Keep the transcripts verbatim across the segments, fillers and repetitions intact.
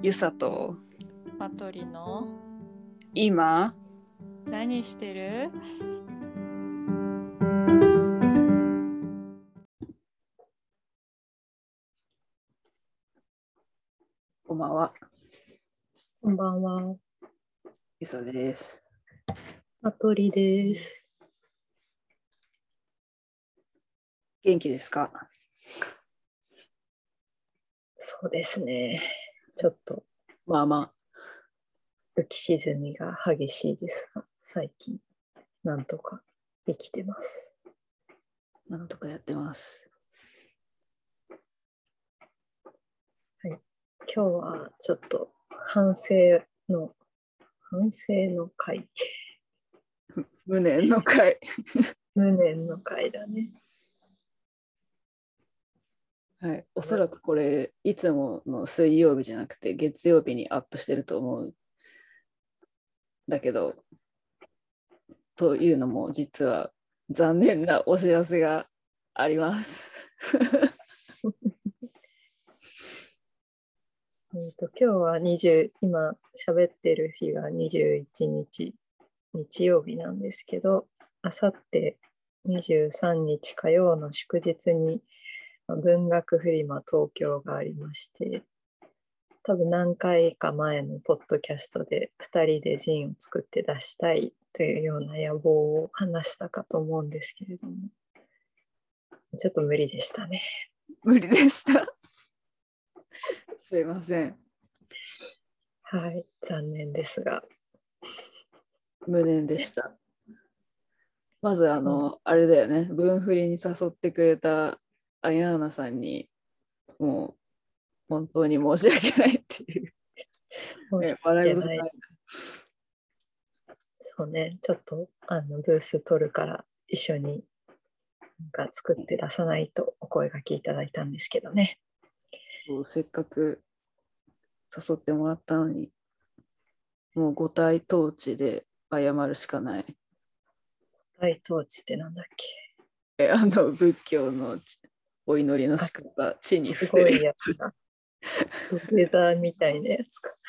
ゆさとマトリの今何してる？ こんばんは。 こんばんは。 ゆさです。 マトリです。 元気ですか？ そうですね。ちょっとまあま浮き沈みが激しいですが、最近なんとか生きてます。 あ、なんとかやってます。 はい。今日はちょっと反省の反省の会。 無念の会。 無念の会だね。 はい。おそらくこれいつもの水曜日じゃなくて月曜日にアップしてると思う。だけど、というのも実は残念なお知らせがあります。 えと今日はにじゅう今喋ってる日がにじゅういちにち日曜日なんですけど、あさってにじゅうさんにち火曜の祝日に文学フリマ東京がありまして、多分何回か前のポッドキャストでふたりでジンを作って出したいというような野望を話したかと思うんですけれども、ちょっと無理でしたね。 無理でした。すいません。 はい、残念ですが。 無念でした。まずあの、うん、あれだよね、文振りに誘ってくれたあやなさんにもう本当に申し訳ないっていう。 申し訳ない。そうね、ちょっとあのブース取るから一緒になんか作って出さないとお声がけいただいたんですけどね。 そう、せっかく誘ってもらったのに、もう五体統治で謝るしかない。 五体統治ってなんだっけ？ え、あの仏教のお祈りの仕方、地にすごいやつだ。土下座みたいなやつか。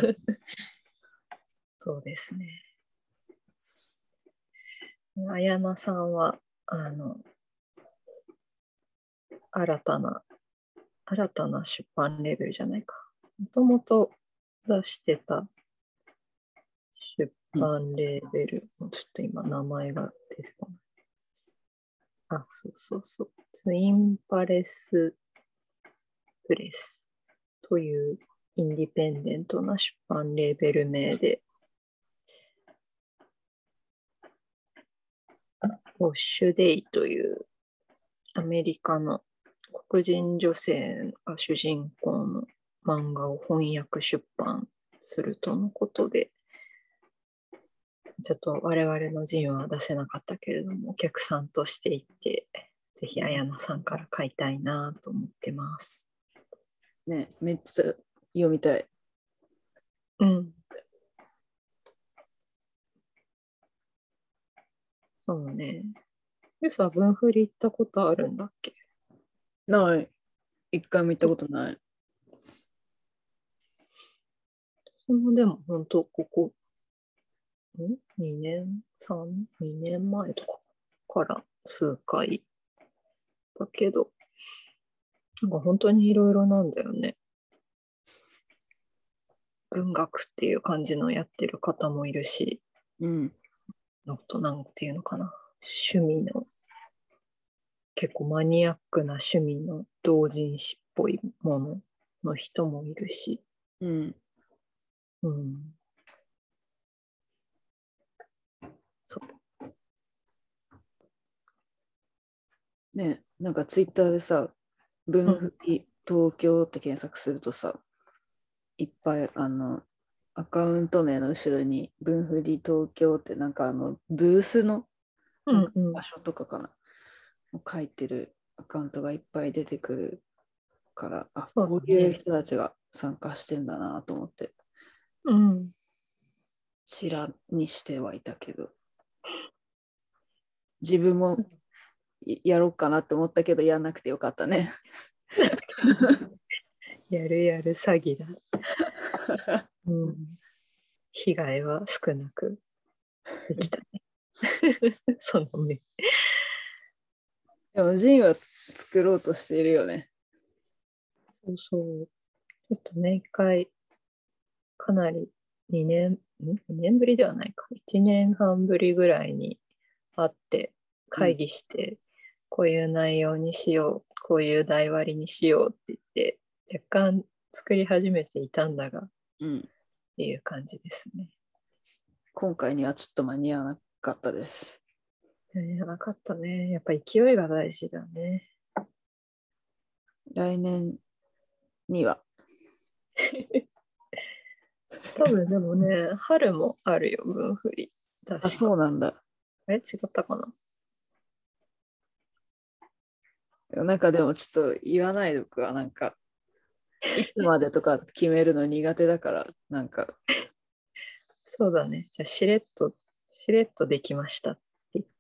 そうですね。あやなさんはあの新たな新たな出版レベルじゃないか。もともと出してた出版レベル、うん、ちょっと今名前が出てこない。あ、そうそうそう。ツインパレスプレスというインディペンデントな出版レーベル名で、ウォッシュデイというアメリカの黒人女性が主人公の漫画を翻訳出版するとのことで、ちょっと我々のジンは出せなかったけれども、お客さんとして行って、ぜひあやなさんから買いたいなと思ってます。 ね、めっちゃ読みたい。 うん。そうね。ゆさ、文振り行ったことあるんだっけ？ ない。一回も行ったことない。 そのでも本当ここ、ん ?に 年、さん、にねんまえとかから数回だけど、なんか本当にいろいろなんだよね。文学っていう感じのやってる方もいるし、 うん。 のとなんていうのかな、趣味の結構マニアックな趣味の同人誌っぽいものの人もいるし、 うん、 うん、そうね、なんかツイッターでさ、文振り東京って検索するとさ、いっぱいあのアカウント名の後ろに文振り東京ってなんかあのブースのなんか場所とかかな、うんうん、書いてるアカウントがいっぱい出てくるから、あ、こういう人たちが参加してんだなと思って、 うん、 ちらにしてはいたけど、自分もやろうかなと思ったけどやんなくてよかったね。 やるやる詐欺だ。 うん、被害は少なくできたね。その目。 でもジンはつ作ろうとしているよね。 そうそう。ちょっとね、一回、かなりにねん、ん ?に 年ぶりではないか。いちねんはんぶりぐらいに会って会議して、こういう内容にしよう、こういう台割りにしようって言って、若干作り始めていたんだが、っうん。 ていう感じですね。 今回にはちょっと間に合わなかったです。 いや、なかったね。やっぱ勢いが大事だね。 来年には。 多分でもね、春もあるよ、分振り。確か。 あ、そうなんだ。 あれ違ったかな。 なんかでもちょっと言わないでおくわ。なんか、いつまでとか決めるの苦手だから、なんか。 そうだね。じゃあ、しれっと、しれっとできましたって言って。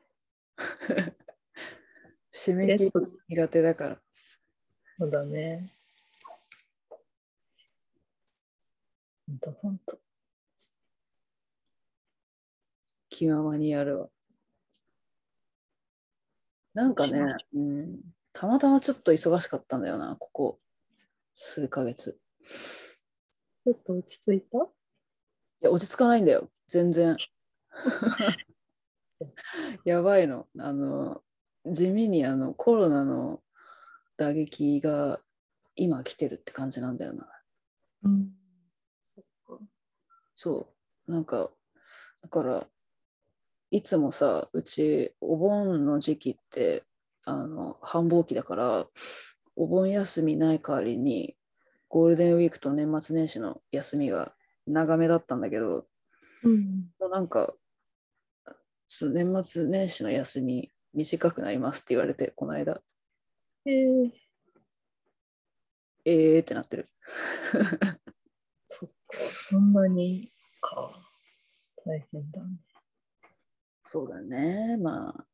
締め切り苦手だから。 そうだね。ほんとほんと。 気ままにやるわ。なんかね、うん、たまたまちょっと忙しかったんだよな、ここ数ヶ月。 ちょっと落ち着いた？ いや、落ち着かないんだよ、全然。やばいの。あの、地味にあのコロナの打撃が今来てるって感じなんだよな。 うん。そっか。 そう。なんか、だから、いつもさ、うちお盆の時期ってあの繁忙期だから、お盆休みない代わりにゴールデンウィークと年末年始の休みが長めだったんだけど、 うん。 もうなんかちょっと年末年始の休み短くなりますって言われて、この間、 えー、 えーってなってる。 そっか、そんなにか。大変だね。 そうだね。まあ、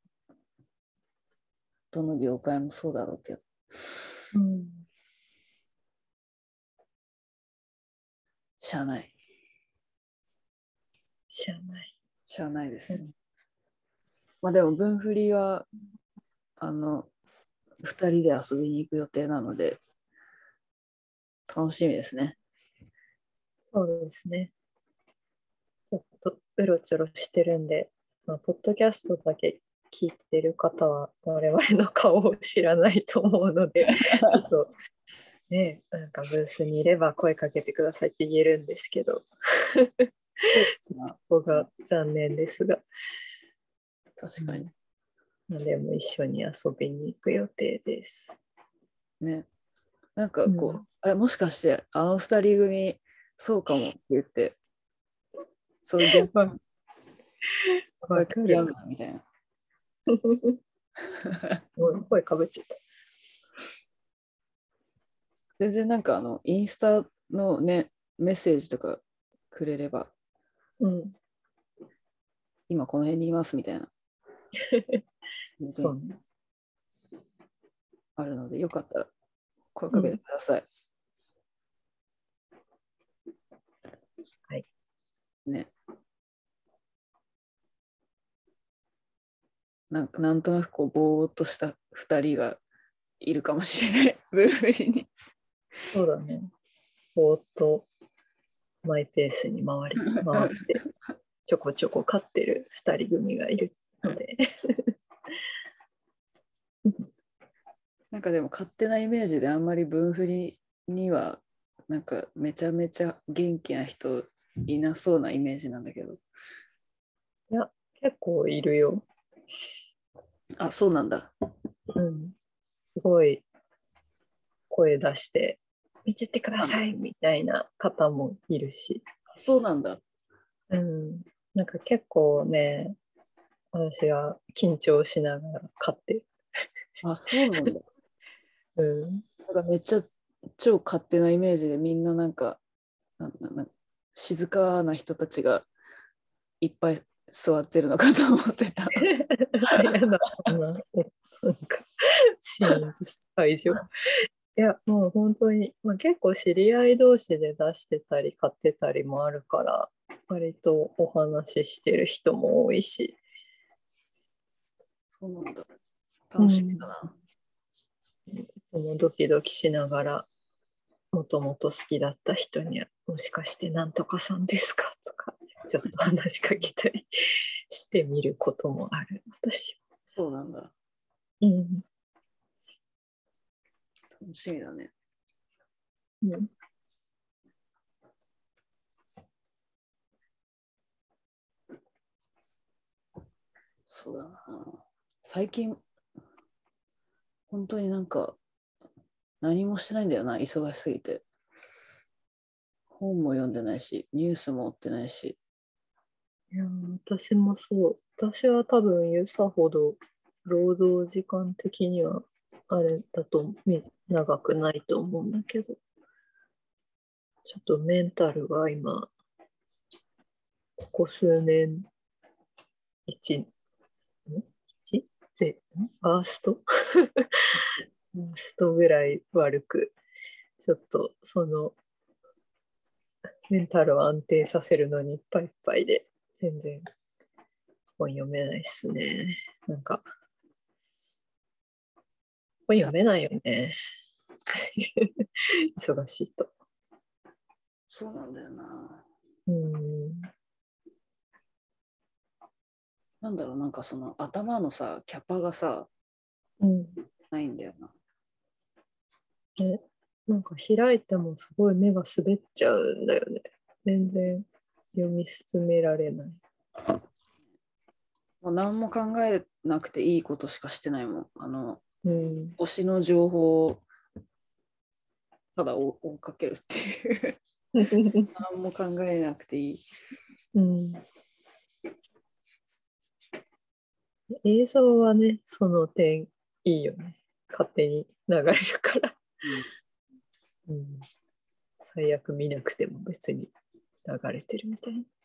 どの業界もそうだろうけど、 うん。 しゃあない。 知らない。 しゃあないです。 うん、 まあでも、分振りは、あの、ふたりで遊びに行く予定なので、楽しみですね。 そうですね。ちょっとうろちょろしてるんで、まあ、ポッドキャストだけ聞いてる方は我々の顔を知らないと思うので、ちょっとね、なんかブースにいれば声かけてくださいって言えるんですけど、ちょっとそこが残念ですが、 確かに。 うん、でも一緒に遊びに行く予定です。 ね。なんかこう、 うん、 あれ、もしかしてあの二人組、そうかもって言って、そういうギャわグわかギャグる。 みたいな。 もう声かぶっちゃった。 全然なんかあの、インスタのね、メッセージとかくれれば、 うん。 今この辺にいますみたいな、 そうね。 あるので、よかったら声かけてうん。 ください。 はい。 ね。なんかなんとなくこう、ぼーっとした二人がいるかもしれない、ブーフリに。 そうだね。ぼーっとマイペースに回り、回って、ちょこちょこ飼ってる二人組がいるので。 なんかでも勝手なイメージであんまり分振りにはなんかめちゃめちゃ元気な人いなそうなイメージなんだけど。 いや、結構いるよ。 あ、そうなんだ。 うん。すごい声出して、見てってくださいみたいな方もいるし。 そうなんだ。 うん。なんか結構ね、私は緊張しながら飼ってる。 あ、そうなんだ。 うん。 なんかめっちゃ超勝手なイメージでみんななんか、なんなんなん静かな人たちがいっぱい座ってるのかと思ってた。 やだな。なんか、シーンとした会場。 いや、もう本当に、まあ、結構知り合い同士で出してたり買ってたりもあるから、割とお話ししてる人も多いし。 そうなんだ。 う楽しみだん、 な。 そのドキドキしながら、もともと好きだった人には、もしかしてなんとかさんですかとか、ちょっと話しかけたりしてみることもある、私は。 そうなんだ。 うん。 楽しみだね。 うん。 そうだな。最近、本当になんか何もしてないんだよな、忙しすぎて。本も読んでないし、ニュースも追ってないし。 いや、私もそう。私は多分、ゆさほど労働時間的にはあれだとみ長くないと思うんだけど、ちょっとメンタルが今、ここ数年、一、ん一ぜんワーストワーストぐらい悪く、ちょっとそのメンタルを安定させるのにいっぱいいっぱいで、全然本読めないっすね。なんか、本読めないよね。忙しいと。 そうなんだよな。 うん。 なんだろう、なんかその頭のさ、キャパがさ、 うん。 ないんだよな。 ね、なんか開いてもすごい目が滑っちゃうんだよね。全然読み進められない。 もう何も考えなくていいことしかしてないもん。あの、 うん。 推しの情報をただ追追っかけるっていう。何も考えなくていい。 うん、映像はね、その点いいよね。勝手に流れるから。うん、最悪見なくても別に流れてるみたいな。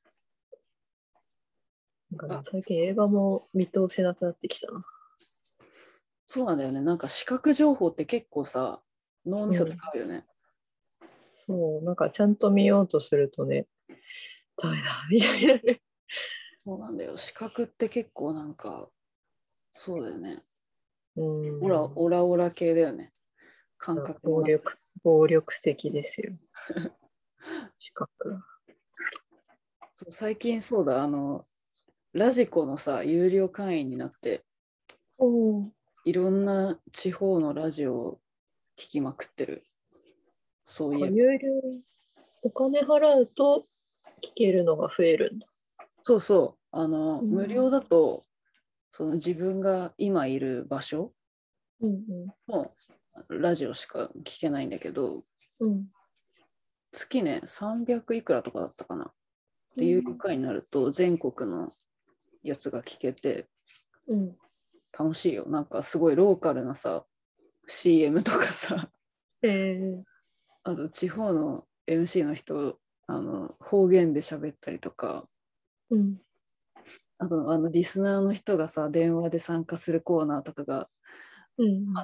なんか、ね、 あ、 最近映画も見通せなくなってきたな。 そうなんだよね。なんか視覚情報って結構さ、脳みそ使うよね。 うん、そう、なんかちゃんと見ようとするとね、ダメだ、みたいなね。 そうなんだよ。視覚って結構なんか、そうだよね。 うん、 オラオラオラ系だよね。感覚もなく。 暴力、暴力的ですよ。視覚が。 そう最近そうだ、あの、ラジコのさ、有料会員になって、 おー、 いろんな地方のラジオを聞きまくってる。そういえば。 有料、お金払うと聞けるのが増えるんだ。 そうそう。あの、 うん、 無料だと、その自分が今いる場所うんのラジオしか聞けないんだけど、 うん。 月ね、さんびゃくいくらとかだったかな。っていう回になると、全国のやつが聞けて、 うん。 楽しいよ。なんかすごいローカルなさ、シーエム とかさ、 えー、 あと地方の エムシー の人、あの方言で喋ったりとか、 うん。 あとあのリスナーの人がさ、電話で参加するコーナーとかがうん。 あって、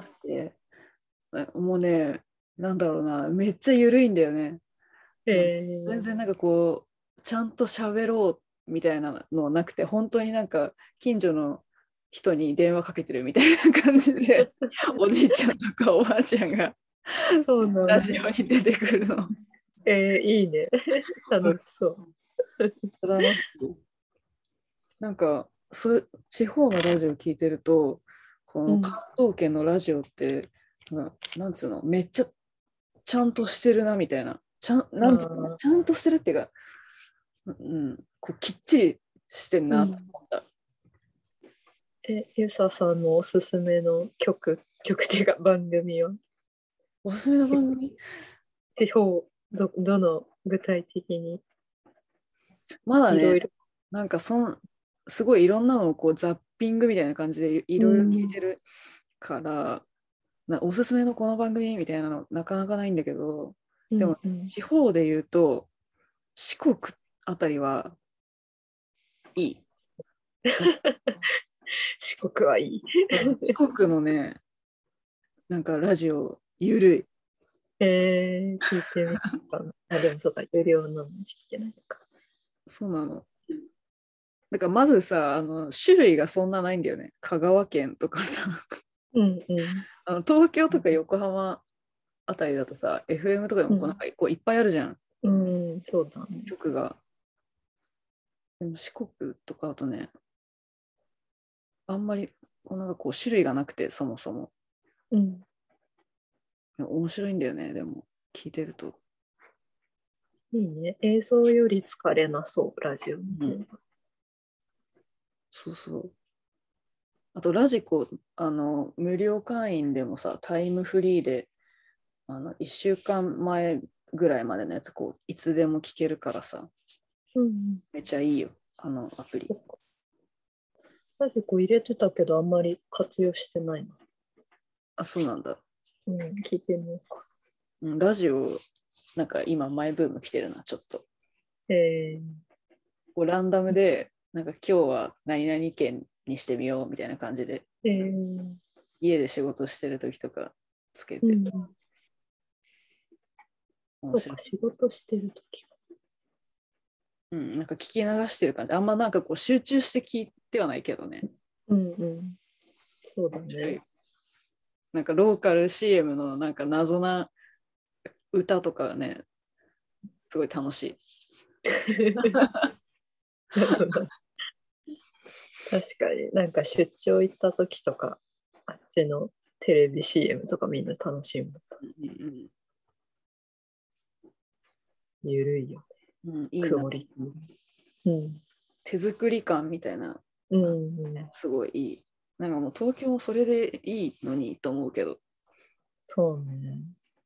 もうね、なんだろうな、めっちゃ緩いんだよね。 えなんか全ー、 然なんかこう、ちゃんと喋ろうみたいなのはなくて、本当になんか近所の人に電話かけてるみたいな感じで、おじいちゃんとかおばあちゃんがそうなんだ。 ラジオに出てくるの。 えー、いいね。楽しそう。 楽しい。なんかそう地方のラジオ聞いてると、こうん。 の関東圏のラジオって、ななんつうの、めっちゃちゃんとしてるなみたいな、ちゃん、なんていうの、 あちゃんとしてるっていうか、うん、こうきっちりしてんー、うなとん。 思った。 え、ゆささんのおすすめの曲、曲っていうか番組はおすすめの番組地方、ど、どの具体的にまだね、 いろいろ。 なんかそん、すごいいろんなのをこうザッピングみたいな感じでいいうろいろ聞いん。 てるから、なおすすめのこの番組みたいなのなかなかないんだけど、でもうんうん。 地方で言うと四国あたりはいい。 四国はいい。 四国のね、なんかラジオゆるい。 えー、聞いてみようかな。あ、でもそうか、有料の聞けないのか。 そうなの。だからまずさ、あの種類がそんなないんだよね。香川県とかさ、 うんうん。 あの東京とか横浜あたりだとさ、エフエム とかでもこうなんかこういっぱいあるじゃん、 うん、うん、そうだね。 曲が。でも四国とかだとね、あんまりこうなんかこう種類がなくて、そもそも。 うん。 面白いんだよね、でも、聞いてると。 いいね。映像より疲れなそう、ラジオの方が。 そうそう。あと、ラジコ、あの、無料会員でもさ、タイムフリーで、あの、いっしゅうかんまえぐらいまでのやつ、こう、いつでも聞けるからさ、 うん。 めっちゃいいよ、あのアプリ。 ラジコ入れてたけど、あんまり活用してないな。 あ、そうなんだ。 うん、聞いてみようか。 うん、ラジオ、なんか今、マイブーム来てるな、ちょっと。 えこうランダムで、なんか今日は何々県にしてみようみたいな感じで、 ー、えー、 家で仕事してる時とかつけて、 うん。そうか、 面白い。 仕事してるとき。 うん、なんか聞き流してる感じ。あんまなんかこう集中して聞いてはないけどね。 うんうん。そうだ面白い。 ね。 なんかローカル シーエム のなんか謎な歌とかね、すごい楽しい。 そうだ確かになんか出張行った時とか、あっちのテレビ シーエム とかみんな楽しむ。 うんゆるいようんうん、いね。 いな。 クオリティ。うん。 手作り感みたいな、 うんうん。 すごいいい。なんかもう東京もそれでいいのにと思うけど、 そうね。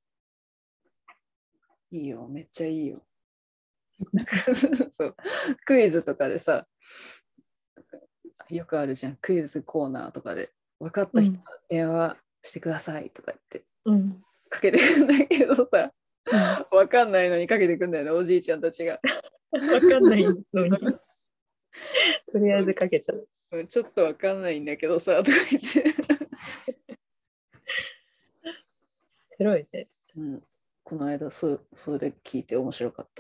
いいよ、めっちゃいいよ。なんかそうクイズとかでさ、よくあるじゃん、クイズコーナーとかで、分かった人うん。 電話してくださいとか言ってうん。 かけてくんだけどさ、 うん。 分かんないのにかけてくんだよね、おじいちゃんたちが。 わかんないのに、とりあえずかけちゃう。 うん、ちょっと分かんないんだけどさ、とか言って。 白いね。 うん、この間そ、それ聞いて面白かった。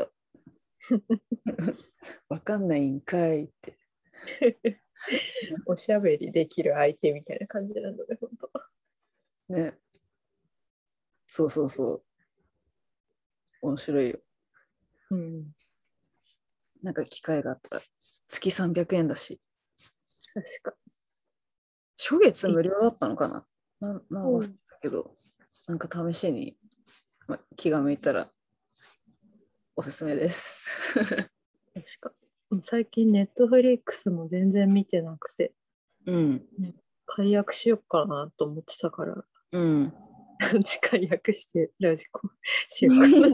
分かんないんかいって。 おしゃべりできる相手みたいな感じなので、本当。 ね、そうそうそう。面白いよ。 うん。 なんか機会があったら、月さんびゃくえんだし、 確か初月無料だったのかな、ななんに。 忘れたけど、なんか試しに、ま、気が向いたらおすすめです。 確か。最近ネットフリックスも全然見てなくて、 うん。 解約しようかなと思ってたから、 うん。 解約してラジコしようかな。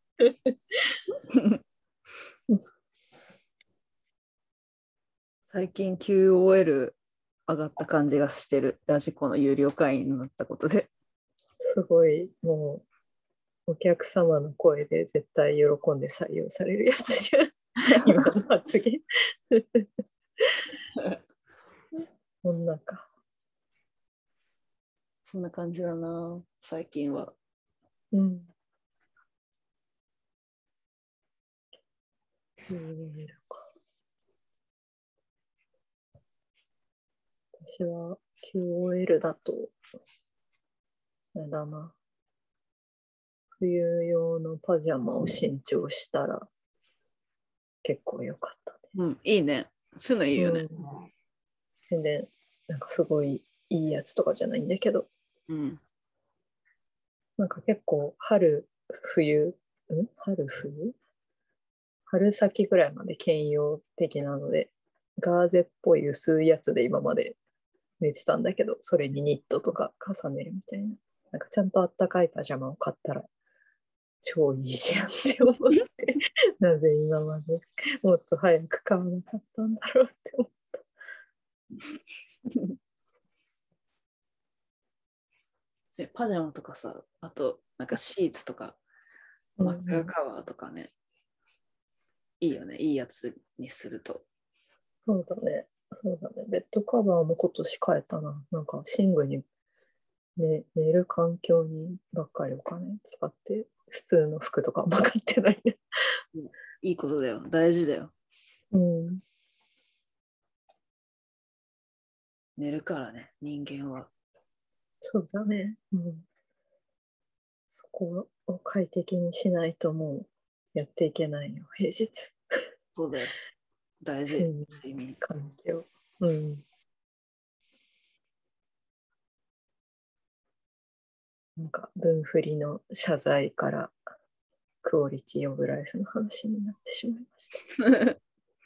最近 キューオーエル 上がった感じがしてる。ラジコの有料会員になったことで。 すごい、もう、お客様の声で絶対喜んで採用されるやつじゃん。今の発言。こんなか。 そんな感じだな、最近は。 うん。キューオーエル か。私は キューオーエル だと、あれだな。冬用のパジャマを新調したら結構良かったね。 うん、いいね。そういうのいいよね。 うん。全然、なんかすごいいいやつとかじゃないんだけど、 うん。 なんか結構春、冬、ん春、冬春先ぐらいまで兼用的なので、ガーゼっぽい薄いやつで今まで寝てたんだけど、それにニットとか重ねるみたいな。なんかちゃんとあったかいパジャマを買ったら超いいじゃんって思って、なぜ今までもっと早く買わなかったんだろうって思でパジャマとかさ、あとなんかシーツとかう。うん枕うん、 カバーとかね、いいよね、いいやつにすると。 そうだね。そうだね。ベッドカバーも今年変えたな。なんか寝具にね、寝る環境にばっかりお金使って、普通の服とかも買ってないね。 いいことだよ。大事だよ。 うん。 寝るからね、人間は。 そうだね。うん。そこを快適にしないともうやっていけないよ、平日。 そうだよ。大事。 睡眠睡眠。 環境。うん。なんか、分振りの謝罪からクオリティオブライフの話になってしまいました。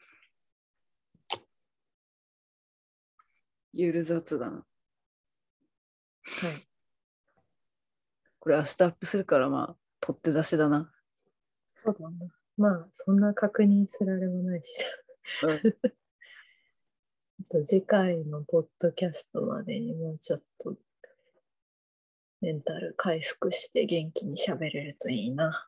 ゆる雑談。 はい。 これ明日アップするから、まあ、取って出しだな。 そうだな。まあ、そんな確認するあれもないし。 うん、 次回のポッドキャストまでにもうちょっとメンタル回復して元気に喋れるといいな。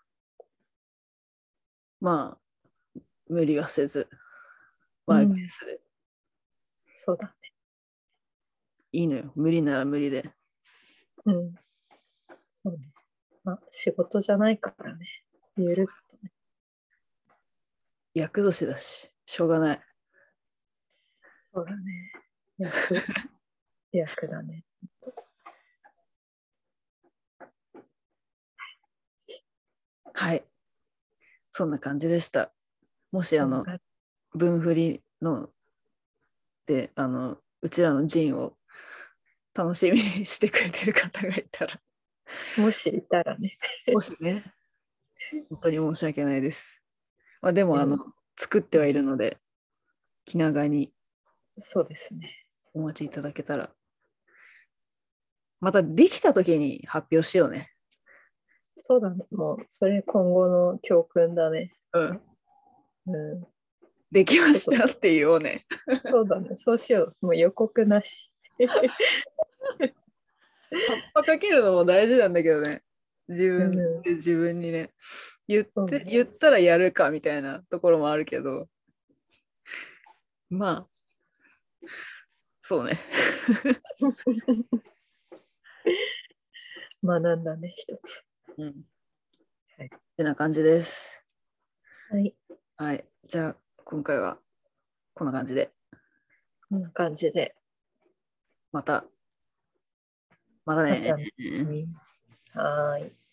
まあ、無理はせず、マイペースで。 うん、そうだね。 いいのよ。無理なら無理で。 うん。そうね。まあ、仕事じゃないからね。ゆるっとね。 厄年だし、しょうがない。 そうだね。役、役だね。 はい。そんな感じでした。もし、あの、分振りの、で、あの、うちらのジンを楽しみにしてくれてる方がいたら、 もしいたらね。 もしね、本当に申し訳ないです。まあ、でも、あの、 でも作ってはいるので、気長にそうですね。 お待ちいただけたら。またできた時に発表しようね。 そうだね。もう、それ今後の教訓だね。 うん。 うん。 できましたって言おうね。 そうだね。そうしよう。もう予告なし。 葉っぱかけるのも大事なんだけどね。自分でうん、 自分にね。言って、 そうね。 言ったらやるかみたいなところもあるけど、まあ、そうね。 学んだね、一つ。 うん。 はい。 ってな感じです。 はい。 はい。じゃあ、今回はこんな感じで、 こんな感じで。 また、またね。 またね。はーい。